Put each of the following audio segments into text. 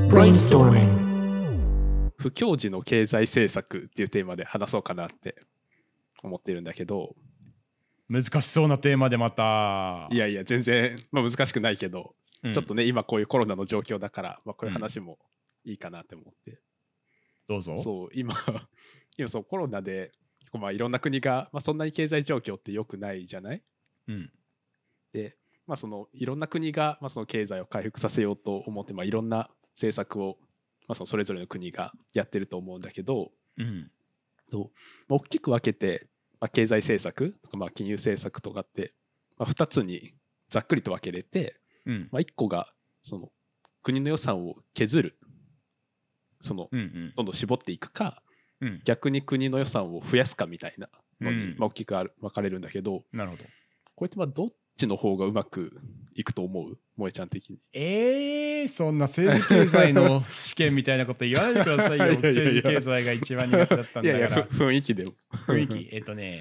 Brainstorming. 不況時の経済政策っていうテーマで話そうかなって思ってるんだけど、 難しそうなテーマでまた。 いやいや全然、難しくないけど、 うんちょっとね今こういうコロナの状況だから、こういう話もいいかなって思って、 どうぞ。 そう今そうコロナでいろんな国が、そんなに経済状況って良くないじゃない。 うんで、そのいろんな国が、その経済を回復させようと思って、いろんな政策を、それぞれの国がやってると思うんだけど、 うん大きく分けて、経済政策とか、金融政策とかって、2つにざっくりと分けれて、 うん 1個がその国の予算を削る、そのうんどんどん絞っていくか、 うん逆に国の予算を増やすかみたいなのに、 うん大きく分かれるんだけど、 なるほど。 これってどっちの方がうまくいくと思う？萌ちゃん的に。 そんな政治経済の試験みたいなこと言わないでくださいよ。僕政治経済が一番苦手だったんだから。 雰囲気でも雰囲気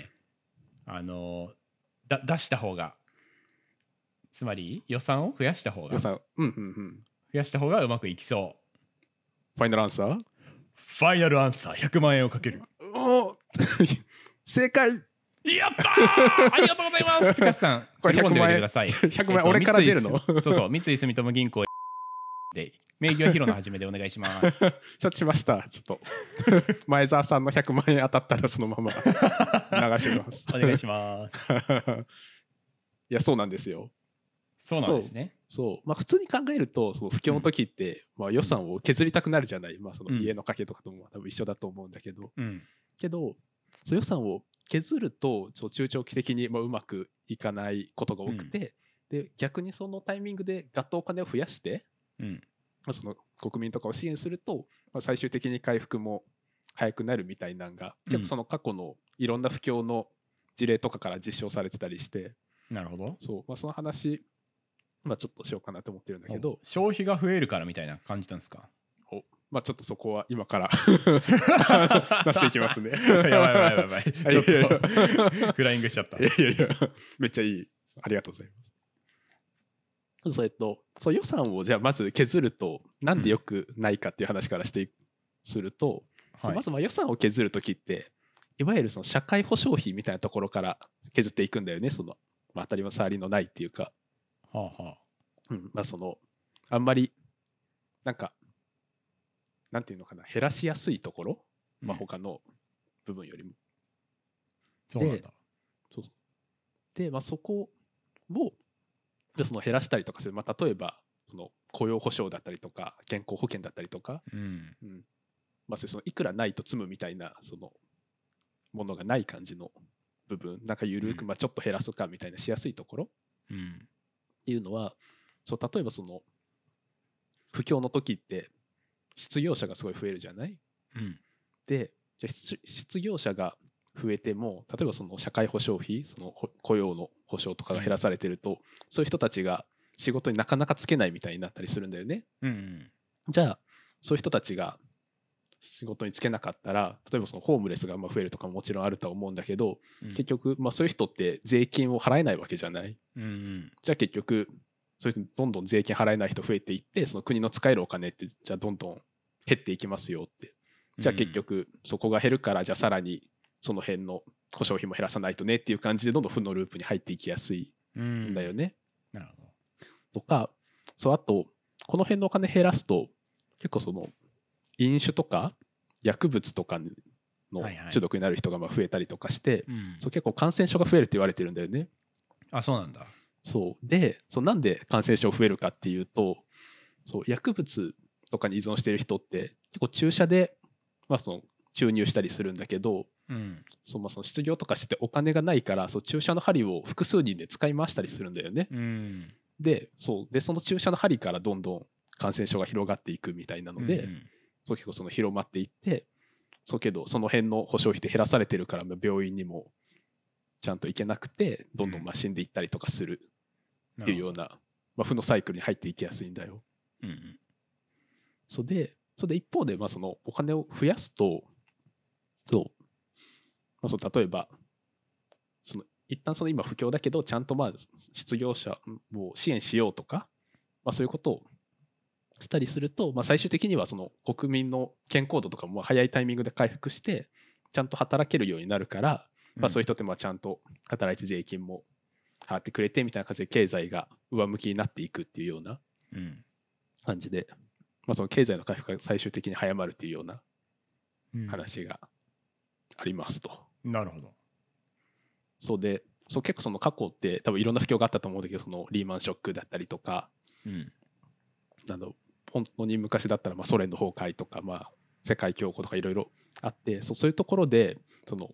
出した方が、つまり予算を増やした方が、 予算増やした方がうまくいきそう。 ファイナルアンサー？ ファイナルアンサー100万円をかける。 お正解。 やったーありがとうございます。ピカスさん、 これ喜んでおい 100万円てください。 100万円俺から出るの？ そう三井住友銀行で名義はヒロの始めでお願いします。 承知しました。ちょっと前澤さんの100万円当たったらそのまま流します。 お願いします。 いやそうなんですよ。 そうなんですね。 そう普通に考えるとその不況の時って、予算を削りたくなるじゃない。その家の家計とかとも多分一緒だと思うんだけど、けどその予算を削ると中長期的にうまくいかないことが多くて、で逆にそのタイミングでガッとお金を増やして、その国民とかを支援すると、最終的に回復も早くなるみたいなのが、結構その過去のいろんな不況の事例とかから実証されてたりして、 なるほど。 そう、その話、ちょっとしようかなと思ってるんだけど、 消費が増えるからみたいな感じなんですか？ ちょっとそこは今から出していきますね。 やばい。ちょっとフライングしちゃった。 いやめっちゃいい。ありがとうございます。そう予算をじゃあまず削るとなんでよくないかっていう話からすると、まず予算を削るときっていわゆるその社会保障費みたいなところから削っていくんだよね。その、当たり障りのないっていうか、そのあんまりなんていうのかな、減らしやすいところ、他の部分よりも。 そうなんだ。 で、そこをその減らしたりとかする、例えばその雇用保障だったりとか健康保険だったりとか、そのいくらないと積むみたいなそのものがない感じの部分、緩くちょっと減らすかみたいなしやすいところっていうのは、例えばその不況の時って失業者がすごい増えるじゃない。でじゃあ失業者が増えても、例えばその社会保障費、その雇用の保障とかが減らされてると、そういう人たちが仕事になかなかつけないみたいになったりするんだよね。じゃあそういう人たちが仕事につけなかったら、例えばそのホームレスが増えるとかももちろんあるとは思うんだけど、結局そういう人って税金を払えないわけじゃない。じゃあ結局そういうどんどん税金払えない人増えていって、その国の使えるお金ってじゃあどんどん減っていきますよって。じゃあ結局そこが減るから、じゃあさらにその辺の保証費も減らさないとねっていう感じで、どんどん負のループに入っていきやすいんだよね。 なるほど。とか、あとこの辺のお金減らすと結構その飲酒とか薬物とかの中毒になる人が増えたりとかして、結構感染症が増えるって言われてるんだよね。 そうなんだ。 でなんで感染症増えるかっていうと、薬物とかに依存している人って結構注射で、その注入したりするんだけど、その失業とかしててお金がないから、注射の針を複数人で使い回したりするんだよね。でその注射の針からどんどん感染症が広がっていくみたいなので、結構その広まっていって、けどその辺の保障費で減らされてるから、病院にもちゃんと行けなくてどんどん死んでいったりとかするっていうような、負のサイクルに入っていきやすいんだよ。で一方で、そのお金を増やすと例えばその一旦その今不況だけどちゃんと失業者を支援しようとか、そういうことをしたりすると、最終的にはその国民の健康度とかも早いタイミングで回復してちゃんと働けるようになるから、そういう人ってちゃんと働いて税金も払ってくれてみたいな感じで経済が上向きになっていくっていうような感じで、その経済の回復が最終的に早まるっていうような話がありますと。 なるほど。 そうで、結構その過去って多分いろんな不況があったと思うんだけど、そのリーマンショックだったりとか、本当に昔だったらソ連の崩壊とか、世界恐慌とかいろいろあって、そういうところでその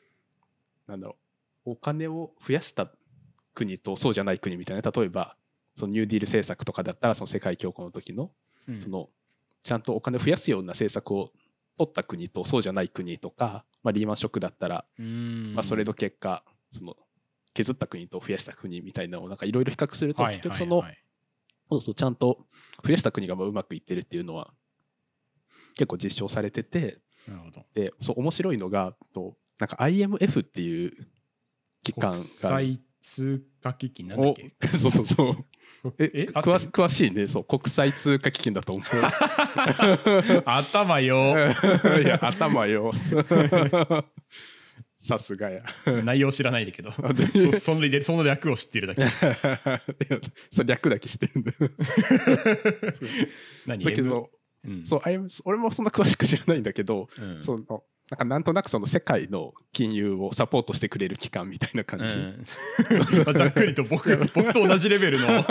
お金を増やした国とそうじゃない国みたいな、例えばそのニューディール政策とかだったらその世界恐慌の時の、そのちゃんとお金を増やすような政策を取った国とそうじゃない国とか、リーマンショックだったらそれの結果その削った国と増やした国みたいなのをいろいろ比較すると、結局そのちゃんと増やした国がうまくいってるっていうのは結構実証されてて、で面白いのがIMF っていう機関が国際通貨基金なんだっけそう詳しいね。国際通貨基金だと思う頭よいや頭よさすがや内容知らないんだけどその略を知ってるだけその略だけ知ってるんだ何だけど、俺もそんな詳しく知らないんだけど、なんとなくその世界の金融をサポートしてくれる機関みたいな感じ、 ざっくりと僕と同じレベルの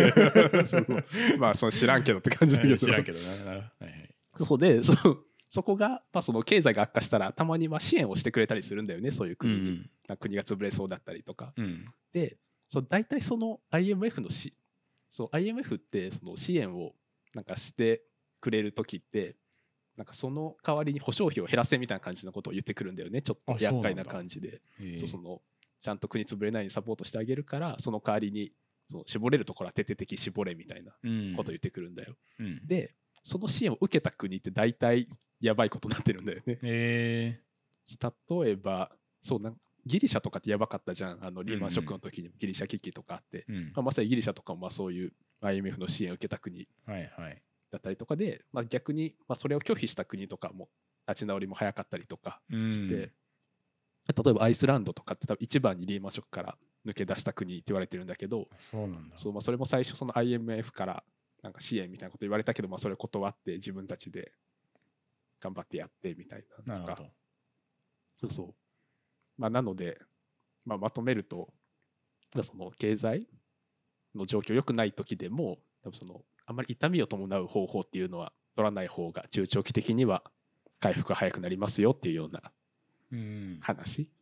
その知らんけどって感じだけど、 知らんけどな。 そうでそこが、その経済が悪化したらたまに支援をしてくれたりするんだよね、そういう国に、国が潰れそうだったりとか、で大体その IMF のIMF ってその支援をしてくれる時ってその代わりに保証費を減らせみたいな感じのことを言ってくるんだよね。ちょっと厄介な感じで、ちゃんと国潰れないようにサポートしてあげるから、その代わりに絞れるところは徹底的に絞れみたいなことを言ってくるんだよ、でその支援を受けた国って大体やばいことになってるんだよね。例えばギリシャとかってやばかったじゃん、リーマンショックの時にもギリシャ危機とかあって、まさにギリシャとかもそういう IMF の支援を受けた国だったりとかで、逆にそれを拒否した国とかも立ち直りも早かったりとかして、例えばアイスランドとかって多分一番にリーマンショックから抜け出した国って言われてるんだけど、 そうなんだ。 それも最初その IMF から支援みたいなこと言われたけど、それを断って自分たちで頑張ってやってみたいなとか。 なるほど。なので、まとめるとその経済の状況良くない時でも多分あんまり痛みを伴う方法っていうのは取らない方が中長期的には回復が早くなりますよっていうような話。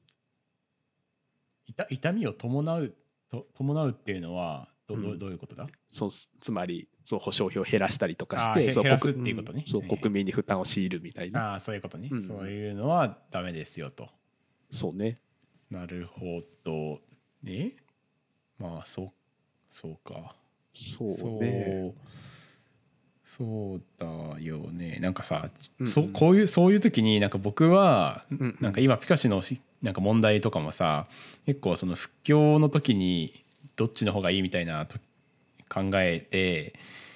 痛みを伴うっていうのはどういうことだ？ つまり保証費を減らしたりとかして減らすっていうことね。 国民に負担を強いるみたいな。 そういうことね、そういうのはダメですよと。 そうね。 なるほどね。そうか。 そうね。 そうだよね。さ、そういう時に僕は今ピカシの問題とかもさ、結構その不況の時にどっちの方がいいみたいな考えて、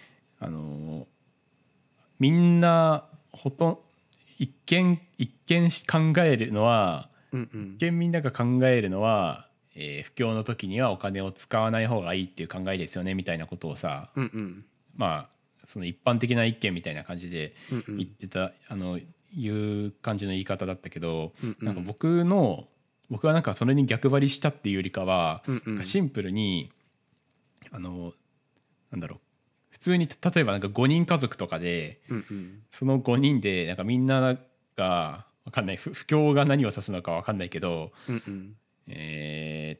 みんな一見考えるのは、一見みんなが考えるのは、不況の時にはお金を使わない方がいいっていう考えですよねみたいなことをさ、その一般的な意見みたいな感じで言ってた、いう感じの言い方だったけど、僕はそれに逆張りしたっていうよりかは、シンプルに普通に例えば5人家族とかで、その5人でみんなが分かんない、不況が何を指すのか分かんないけど、例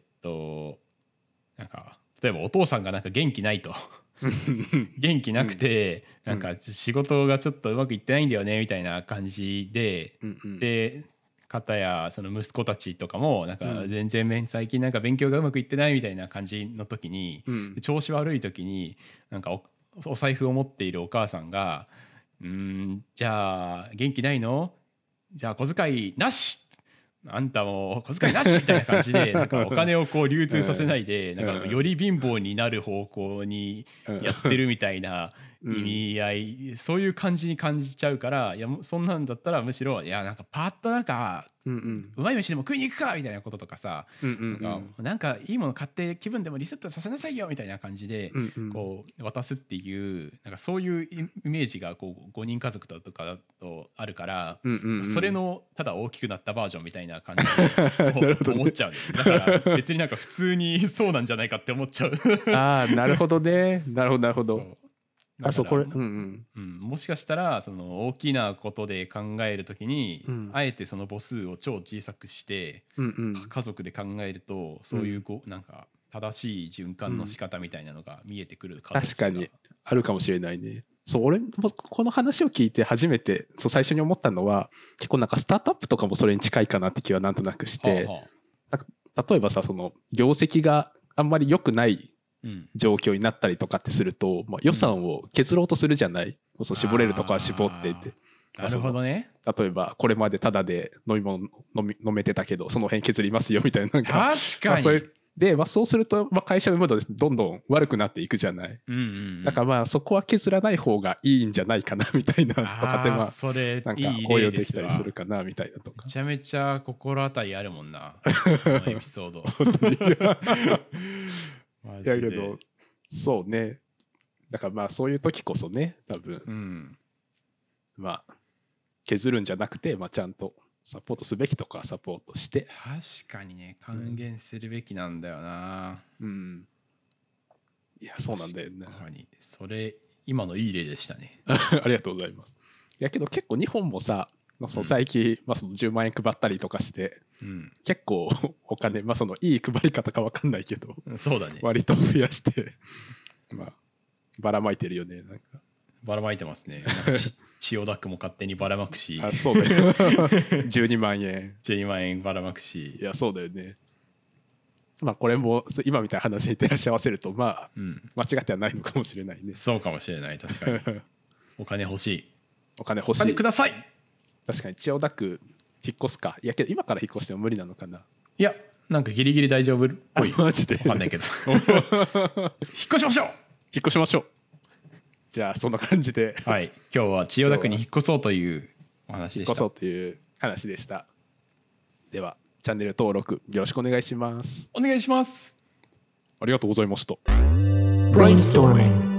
えばお父さんが元気ないと元気なくて仕事がちょっとうまくいってないんだよねみたいな感じで、で方やその息子たちとかも全然最近勉強がうまくいってないみたいな感じの時に、調子悪い時にお財布を持っているお母さんがじゃあ元気ないの？じゃあ小遣いなし、あんたも小遣いなしみたいな感じでお金を流通させないでより貧乏になる方向にやってるみたいな意味合い、そういう感じに感じちゃうから、いやそんなんだったらむしろいやなんかパッとなんか、うまい飯でも食いに行くかみたいなこととかさ、なんかいいもの買って気分でもリセットさせなさいよみたいな感じでこう渡すっていう、なんかそういうイメージがこう5人家族とかだとあるから、それのただ大きくなったバージョンみたいな感じで思っちゃう、ね、だから別になんか普通にそうなんじゃないかって思っちゃうああなるほどね、なるほどなるほど。これ、 もしかしたらその大きなことで考えるときに、あえてその母数を超小さくして、家族で考えるとそういうなんか正しい循環の仕方みたいなのが見えてくる可能性が、 確かにあるかもしれないね。そう俺もこの話を聞いて初めて最初に思ったのは、結構なんかスタートアップとかもそれに近いかなって気はなんとなくして、例えばさその業績があんまり良くない状況になったりとかってすると、予算を削ろうとするじゃない、絞れるとこは絞ってって。 なるほどね。 例えばこれまでタダで飲み物飲めてたけどその辺削りますよみたいな、なんか確かに、 で、そうすると会社のムードでどんどん悪くなっていくじゃない、だからそこは削らない方がいいんじゃないかなみたいなとかってそれなんか応用できたりするかなみたいなとか。 めちゃめちゃ心当たりあるもんなそのエピソードいやけどそうね、だからそういう時こそね多分、削るんじゃなくて、ちゃんとサポートすべきとかサポートして、 確かにね還元するべきなんだよな。 いやそうなんだよね。 それ今のいい例でしたねありがとうございます。いやけど結構日本もさ最近、その10万円配ったりとかして、結構お金、そのいい配り方か分かんないけど、 そうだね、 割と増やしてばらまいてるよね。なんかばらまいてますね。千代田区も勝手にばらまくし。 そうだよ12万円 12万円ばらまくし。 いやそうだよね。これも今みたいな話に照らし合わせると間違ってはないのかもしれないね。 そうかもしれない、確かにお金欲しい、 お金欲しい、 お金ください。 確かに千代田区引っ越すか。いやけど今から引っ越しても無理なのかな。 いやなんかギリギリ大丈夫っぽい。 マジで分かんないけど引っ越しましょう。 引っ越しましょう。じゃあそんな感じで、 はい、今日は千代田区に引っ越そうというお話でした。 引っ越そうという話でした。ではチャンネル登録よろしくお願いします。 お願いします。 ありがとうございました。 Brainstorming